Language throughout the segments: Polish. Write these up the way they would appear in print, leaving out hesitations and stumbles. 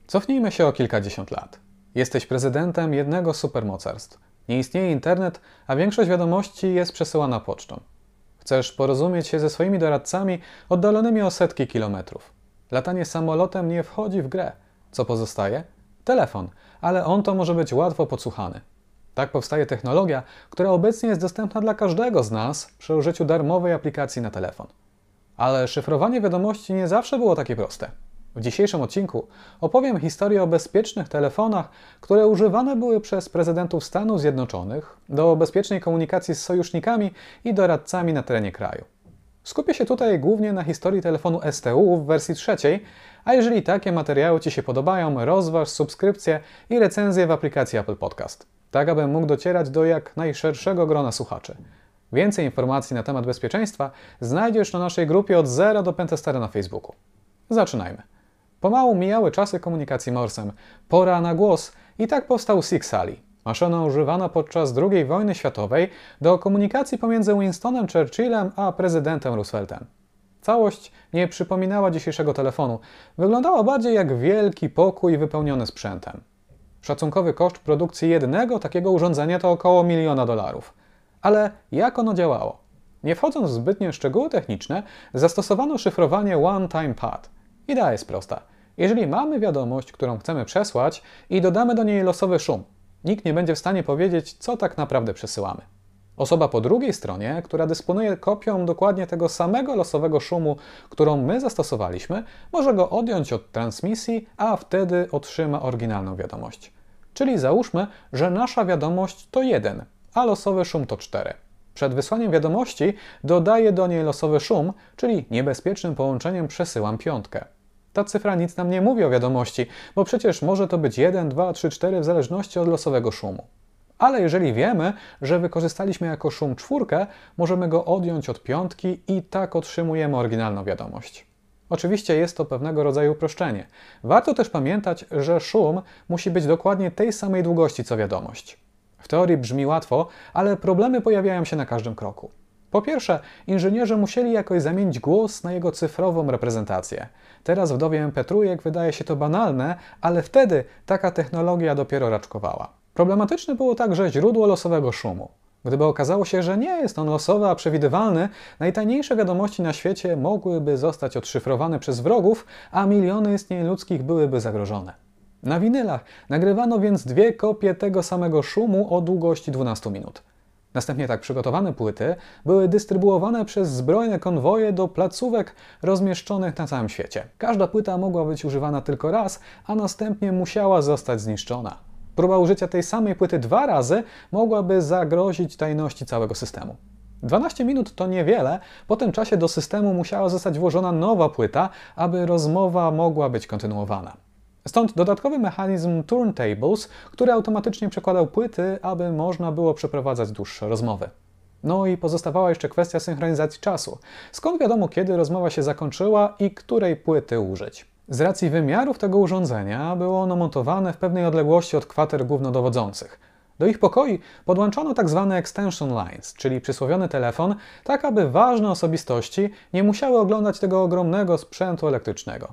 Cofnijmy się o kilkadziesiąt lat. Jesteś prezydentem jednego z supermocarstw. Nie istnieje internet, a większość wiadomości jest przesyłana pocztą. Chcesz porozumieć się ze swoimi doradcami oddalonymi o setki kilometrów. Latanie samolotem nie wchodzi w grę. Co pozostaje? Telefon, ale on to może być łatwo podsłuchany. Tak powstaje technologia, która obecnie jest dostępna dla każdego z nas przy użyciu darmowej aplikacji na telefon. Ale szyfrowanie wiadomości nie zawsze było takie proste. W dzisiejszym odcinku opowiem historię o bezpiecznych telefonach, które używane były przez prezydentów Stanów Zjednoczonych do bezpiecznej komunikacji z sojusznikami i doradcami na terenie kraju. Skupię się tutaj głównie na historii telefonu STU w wersji trzeciej, a jeżeli takie materiały Ci się podobają, rozważ subskrypcję i recenzję w aplikacji Apple Podcast, tak abym mógł docierać do jak najszerszego grona słuchaczy. Więcej informacji na temat bezpieczeństwa znajdziesz na naszej grupie od zera do Pentestera na Facebooku. Zaczynajmy. Pomału mijały czasy komunikacji Morsem, pora na głos i tak powstał Sig-Sally, maszyna używana podczas II wojny światowej do komunikacji pomiędzy Winstonem Churchillem a prezydentem Rooseveltem. Całość nie przypominała dzisiejszego telefonu, wyglądała bardziej jak wielki pokój wypełniony sprzętem. Szacunkowy koszt produkcji jednego takiego urządzenia to około $1 000 000. Ale jak ono działało? Nie wchodząc w zbytnie szczegóły techniczne, zastosowano szyfrowanie One-Time Pad. Idea jest prosta. Jeżeli mamy wiadomość, którą chcemy przesłać i dodamy do niej losowy szum, nikt nie będzie w stanie powiedzieć, co tak naprawdę przesyłamy. Osoba po drugiej stronie, która dysponuje kopią dokładnie tego samego losowego szumu, którą my zastosowaliśmy, może go odjąć od transmisji, a wtedy otrzyma oryginalną wiadomość. Czyli załóżmy, że nasza wiadomość to 1, a losowy szum to 4. Przed wysłaniem wiadomości dodaję do niej losowy szum, czyli niebezpiecznym połączeniem przesyłam 5. Ta cyfra nic nam nie mówi o wiadomości, bo przecież może to być 1, 2, 3, 4 w zależności od losowego szumu. Ale jeżeli wiemy, że wykorzystaliśmy jako szum 4, możemy go odjąć od 5 i tak otrzymujemy oryginalną wiadomość. Oczywiście jest to pewnego rodzaju uproszczenie. Warto też pamiętać, że szum musi być dokładnie tej samej długości co wiadomość. W teorii brzmi łatwo, ale problemy pojawiają się na każdym kroku. Po pierwsze, inżynierzy musieli jakoś zamienić głos na jego cyfrową reprezentację. Teraz w dobie MP3 wydaje się to banalne, ale wtedy taka technologia dopiero raczkowała. Problematyczne było także źródło losowego szumu. Gdyby okazało się, że nie jest on losowy, a przewidywalny, najtajniejsze wiadomości na świecie mogłyby zostać odszyfrowane przez wrogów, a miliony istnień ludzkich byłyby zagrożone. Na winylach nagrywano więc 2 kopie tego samego szumu o długości 12 minut. Następnie tak przygotowane płyty były dystrybuowane przez zbrojne konwoje do placówek rozmieszczonych na całym świecie. Każda płyta mogła być używana tylko raz, a następnie musiała zostać zniszczona. Próba użycia tej samej płyty 2 razy mogłaby zagrozić tajności całego systemu. 12 minut to niewiele, po tym czasie do systemu musiała zostać włożona nowa płyta, aby rozmowa mogła być kontynuowana. Stąd dodatkowy mechanizm turntables, który automatycznie przekładał płyty, aby można było przeprowadzać dłuższe rozmowy. No i pozostawała jeszcze kwestia synchronizacji czasu. Skąd wiadomo, kiedy rozmowa się zakończyła i której płyty użyć? Z racji wymiarów tego urządzenia było ono montowane w pewnej odległości od kwater głównodowodzących. Do ich pokoi podłączono tzw. extension lines, czyli przysłowiony telefon, tak aby ważne osobistości nie musiały oglądać tego ogromnego sprzętu elektrycznego.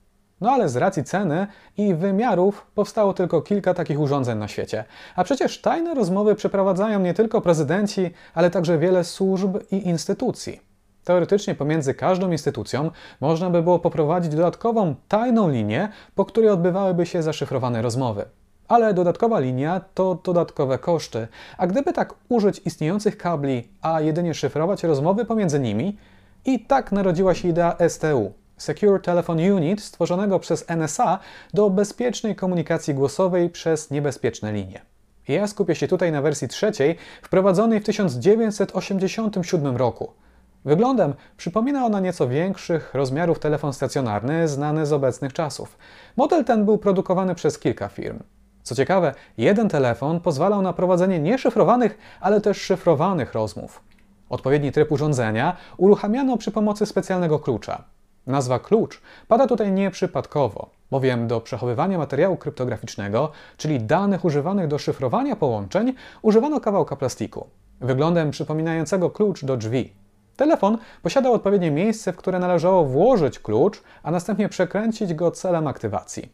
No ale z racji ceny i wymiarów powstało tylko kilka takich urządzeń na świecie. A przecież tajne rozmowy przeprowadzają nie tylko prezydenci, ale także wiele służb i instytucji. Teoretycznie pomiędzy każdą instytucją można by było poprowadzić dodatkową tajną linię, po której odbywałyby się zaszyfrowane rozmowy. Ale dodatkowa linia to dodatkowe koszty, a gdyby tak użyć istniejących kabli, a jedynie szyfrować rozmowy pomiędzy nimi, i tak narodziła się idea STU. Secure Telephone Unit, stworzonego przez NSA do bezpiecznej komunikacji głosowej przez niebezpieczne linie. Ja skupię się tutaj na wersji trzeciej, wprowadzonej w 1987 roku. Wyglądem przypomina ona nieco większych rozmiarów telefon stacjonarny znany z obecnych czasów. Model ten był produkowany przez kilka firm. Co ciekawe, jeden telefon pozwalał na prowadzenie nie szyfrowanych, ale też szyfrowanych rozmów. Odpowiedni tryb urządzenia uruchamiano przy pomocy specjalnego klucza. Nazwa klucz pada tutaj nieprzypadkowo, bowiem do przechowywania materiału kryptograficznego, czyli danych używanych do szyfrowania połączeń, używano kawałka plastiku, wyglądem przypominającego klucz do drzwi. Telefon posiadał odpowiednie miejsce, w które należało włożyć klucz, a następnie przekręcić go celem aktywacji.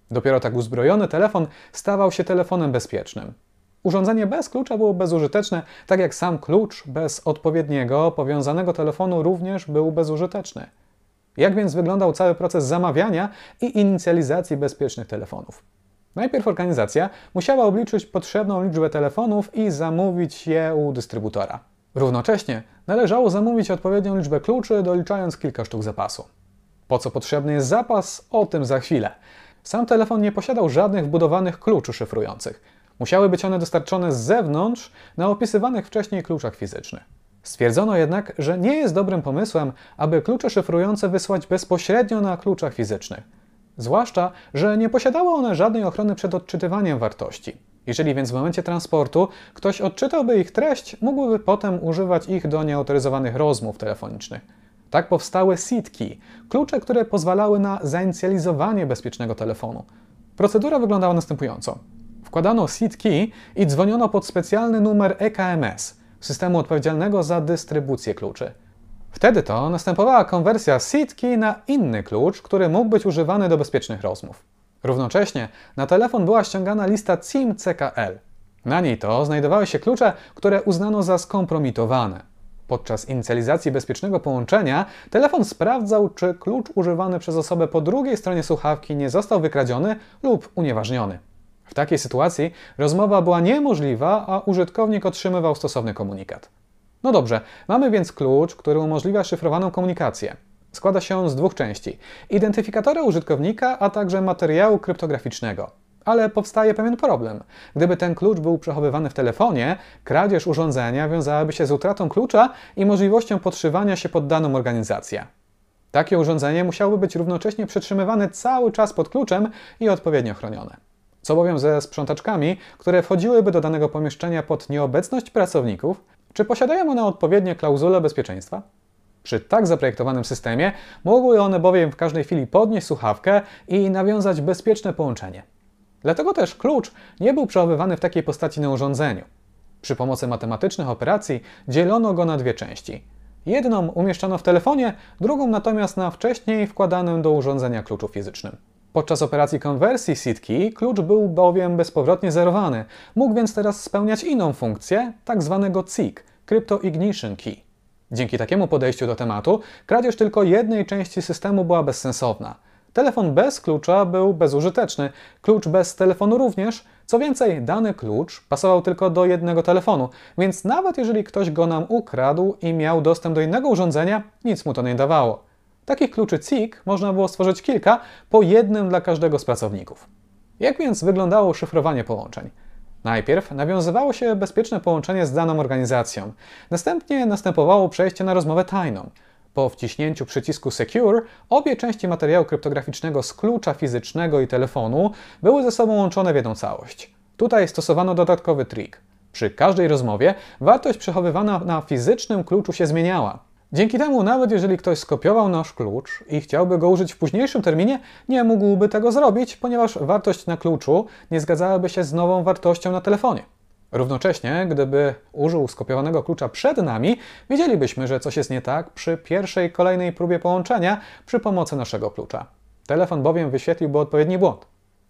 Dopiero tak uzbrojony telefon stawał się telefonem bezpiecznym. Urządzenie bez klucza było bezużyteczne, tak jak sam klucz bez odpowiedniego, powiązanego telefonu również był bezużyteczny. Jak więc wyglądał cały proces zamawiania i inicjalizacji bezpiecznych telefonów? Najpierw organizacja musiała obliczyć potrzebną liczbę telefonów i zamówić je u dystrybutora. Równocześnie należało zamówić odpowiednią liczbę kluczy, doliczając kilka sztuk zapasu. Po co potrzebny jest zapas? O tym za chwilę. Sam telefon nie posiadał żadnych wbudowanych kluczy szyfrujących. Musiały być one dostarczone z zewnątrz na opisywanych wcześniej kluczach fizycznych. Stwierdzono jednak, że nie jest dobrym pomysłem, aby klucze szyfrujące wysłać bezpośrednio na kluczach fizycznych. Zwłaszcza, że nie posiadały one żadnej ochrony przed odczytywaniem wartości. Jeżeli więc w momencie transportu ktoś odczytałby ich treść, mógłby potem używać ich do nieautoryzowanych rozmów telefonicznych. Tak powstały seed key, klucze, które pozwalały na zainicjalizowanie bezpiecznego telefonu. Procedura wyglądała następująco. Wkładano seed key i dzwoniono pod specjalny numer EKMS, systemu odpowiedzialnego za dystrybucję kluczy. Wtedy to następowała konwersja seed key na inny klucz, który mógł być używany do bezpiecznych rozmów. Równocześnie na telefon była ściągana lista CIM CKL. Na niej to znajdowały się klucze, które uznano za skompromitowane. Podczas inicjalizacji bezpiecznego połączenia telefon sprawdzał, czy klucz używany przez osobę po drugiej stronie słuchawki nie został wykradziony lub unieważniony. W takiej sytuacji rozmowa była niemożliwa, a użytkownik otrzymywał stosowny komunikat. No dobrze, mamy więc klucz, który umożliwia szyfrowaną komunikację. Składa się on z dwóch części: identyfikatora użytkownika, a także materiału kryptograficznego. Ale powstaje pewien problem. Gdyby ten klucz był przechowywany w telefonie, kradzież urządzenia wiązałaby się z utratą klucza i możliwością podszywania się pod daną organizację. Takie urządzenie musiałoby być równocześnie przetrzymywane cały czas pod kluczem i odpowiednio chronione. Co bowiem ze sprzątaczkami, które wchodziłyby do danego pomieszczenia pod nieobecność pracowników? Czy posiadają one odpowiednie klauzule bezpieczeństwa? Przy tak zaprojektowanym systemie mogły one bowiem w każdej chwili podnieść słuchawkę i nawiązać bezpieczne połączenie. Dlatego też klucz nie był przechowywany w takiej postaci na urządzeniu. Przy pomocy matematycznych operacji dzielono go na dwie części. Jedną umieszczano w telefonie, drugą natomiast na wcześniej wkładanym do urządzenia kluczu fizycznym. Podczas operacji konwersji seed key klucz był bowiem bezpowrotnie zerowany, mógł więc teraz spełniać inną funkcję, tak zwanego CIG, Crypto Ignition Key. Dzięki takiemu podejściu do tematu, kradzież tylko jednej części systemu była bezsensowna. Telefon bez klucza był bezużyteczny, klucz bez telefonu również. Co więcej, dany klucz pasował tylko do jednego telefonu, więc nawet jeżeli ktoś go nam ukradł i miał dostęp do innego urządzenia, nic mu to nie dawało. Takich kluczy CIG można było stworzyć kilka, po jednym dla każdego z pracowników. Jak więc wyglądało szyfrowanie połączeń? Najpierw nawiązywało się bezpieczne połączenie z daną organizacją. Następnie następowało przejście na rozmowę tajną. Po wciśnięciu przycisku Secure obie części materiału kryptograficznego z klucza fizycznego i telefonu były ze sobą łączone w jedną całość. Tutaj stosowano dodatkowy trik. Przy każdej rozmowie wartość przechowywana na fizycznym kluczu się zmieniała. Dzięki temu nawet jeżeli ktoś skopiował nasz klucz i chciałby go użyć w późniejszym terminie, nie mógłby tego zrobić, ponieważ wartość na kluczu nie zgadzałaby się z nową wartością na telefonie. Równocześnie, gdyby użył skopiowanego klucza przed nami, wiedzielibyśmy, że coś jest nie tak przy pierwszej kolejnej próbie połączenia przy pomocy naszego klucza. Telefon bowiem wyświetliłby odpowiedni błąd.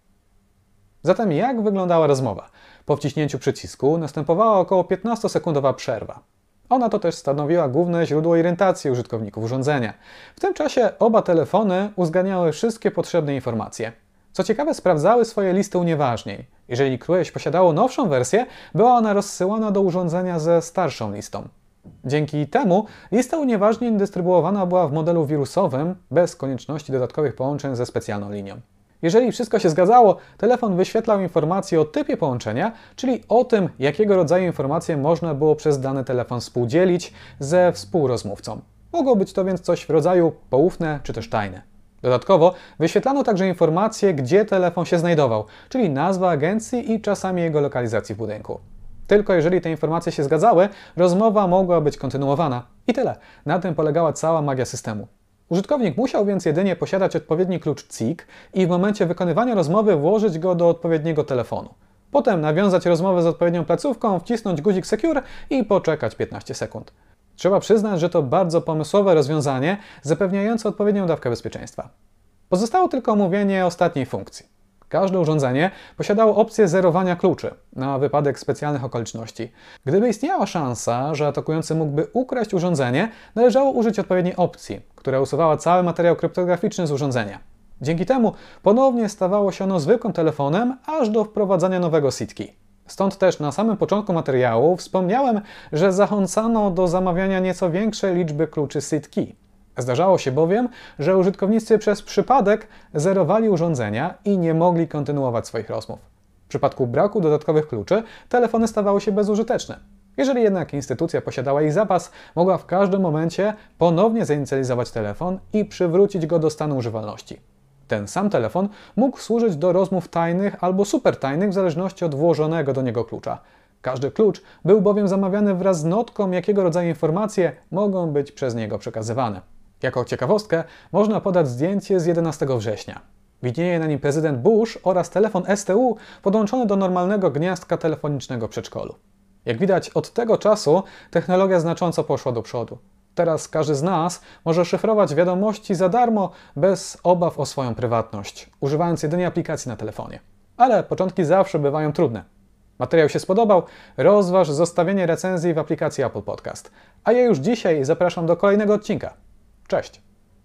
Zatem jak wyglądała rozmowa? Po wciśnięciu przycisku następowała około 15-sekundowa przerwa. Ona to też stanowiła główne źródło orientacji użytkowników urządzenia. W tym czasie oba telefony uzgadniały wszystkie potrzebne informacje. Co ciekawe, sprawdzały swoje listy unieważnień. Jeżeli któreś posiadało nowszą wersję, była ona rozsyłana do urządzenia ze starszą listą. Dzięki temu lista unieważnień dystrybuowana była w modelu wirusowym, bez konieczności dodatkowych połączeń ze specjalną linią. Jeżeli wszystko się zgadzało, telefon wyświetlał informacje o typie połączenia, czyli o tym, jakiego rodzaju informacje można było przez dany telefon współdzielić ze współrozmówcą. Mogło być to więc coś w rodzaju poufne czy też tajne. Dodatkowo wyświetlano także informacje, gdzie telefon się znajdował, czyli nazwa agencji i czasami jego lokalizacji w budynku. Tylko jeżeli te informacje się zgadzały, rozmowa mogła być kontynuowana. I tyle. Na tym polegała cała magia systemu. Użytkownik musiał więc jedynie posiadać odpowiedni klucz CIG i w momencie wykonywania rozmowy włożyć go do odpowiedniego telefonu. Potem nawiązać rozmowę z odpowiednią placówką, wcisnąć guzik Secure i poczekać 15 sekund. Trzeba przyznać, że to bardzo pomysłowe rozwiązanie zapewniające odpowiednią dawkę bezpieczeństwa. Pozostało tylko omówienie ostatniej funkcji. Każde urządzenie posiadało opcję zerowania kluczy na wypadek specjalnych okoliczności. Gdyby istniała szansa, że atakujący mógłby ukraść urządzenie, należało użyć odpowiedniej opcji, która usuwała cały materiał kryptograficzny z urządzenia. Dzięki temu ponownie stawało się ono zwykłym telefonem, aż do wprowadzenia nowego SID-key. Stąd też na samym początku materiału wspomniałem, że zachęcano do zamawiania nieco większej liczby kluczy SID-key. Zdarzało się bowiem, że użytkownicy przez przypadek zerowali urządzenia i nie mogli kontynuować swoich rozmów. W przypadku braku dodatkowych kluczy telefony stawały się bezużyteczne. Jeżeli jednak instytucja posiadała ich zapas, mogła w każdym momencie ponownie zainicjalizować telefon i przywrócić go do stanu używalności. Ten sam telefon mógł służyć do rozmów tajnych albo supertajnych w zależności od włożonego do niego klucza. Każdy klucz był bowiem zamawiany wraz z notką, jakiego rodzaju informacje mogą być przez niego przekazywane. Jako ciekawostkę można podać zdjęcie z 11 września. Widnieje na nim prezydent Bush oraz telefon STU podłączony do normalnego gniazdka telefonicznego w przedszkolu. Jak widać, od tego czasu technologia znacząco poszła do przodu. Teraz każdy z nas może szyfrować wiadomości za darmo, bez obaw o swoją prywatność, używając jedynie aplikacji na telefonie. Ale początki zawsze bywają trudne. Materiał się spodobał? Rozważ zostawienie recenzji w aplikacji Apple Podcast. A ja już dzisiaj zapraszam do kolejnego odcinka. Cześć!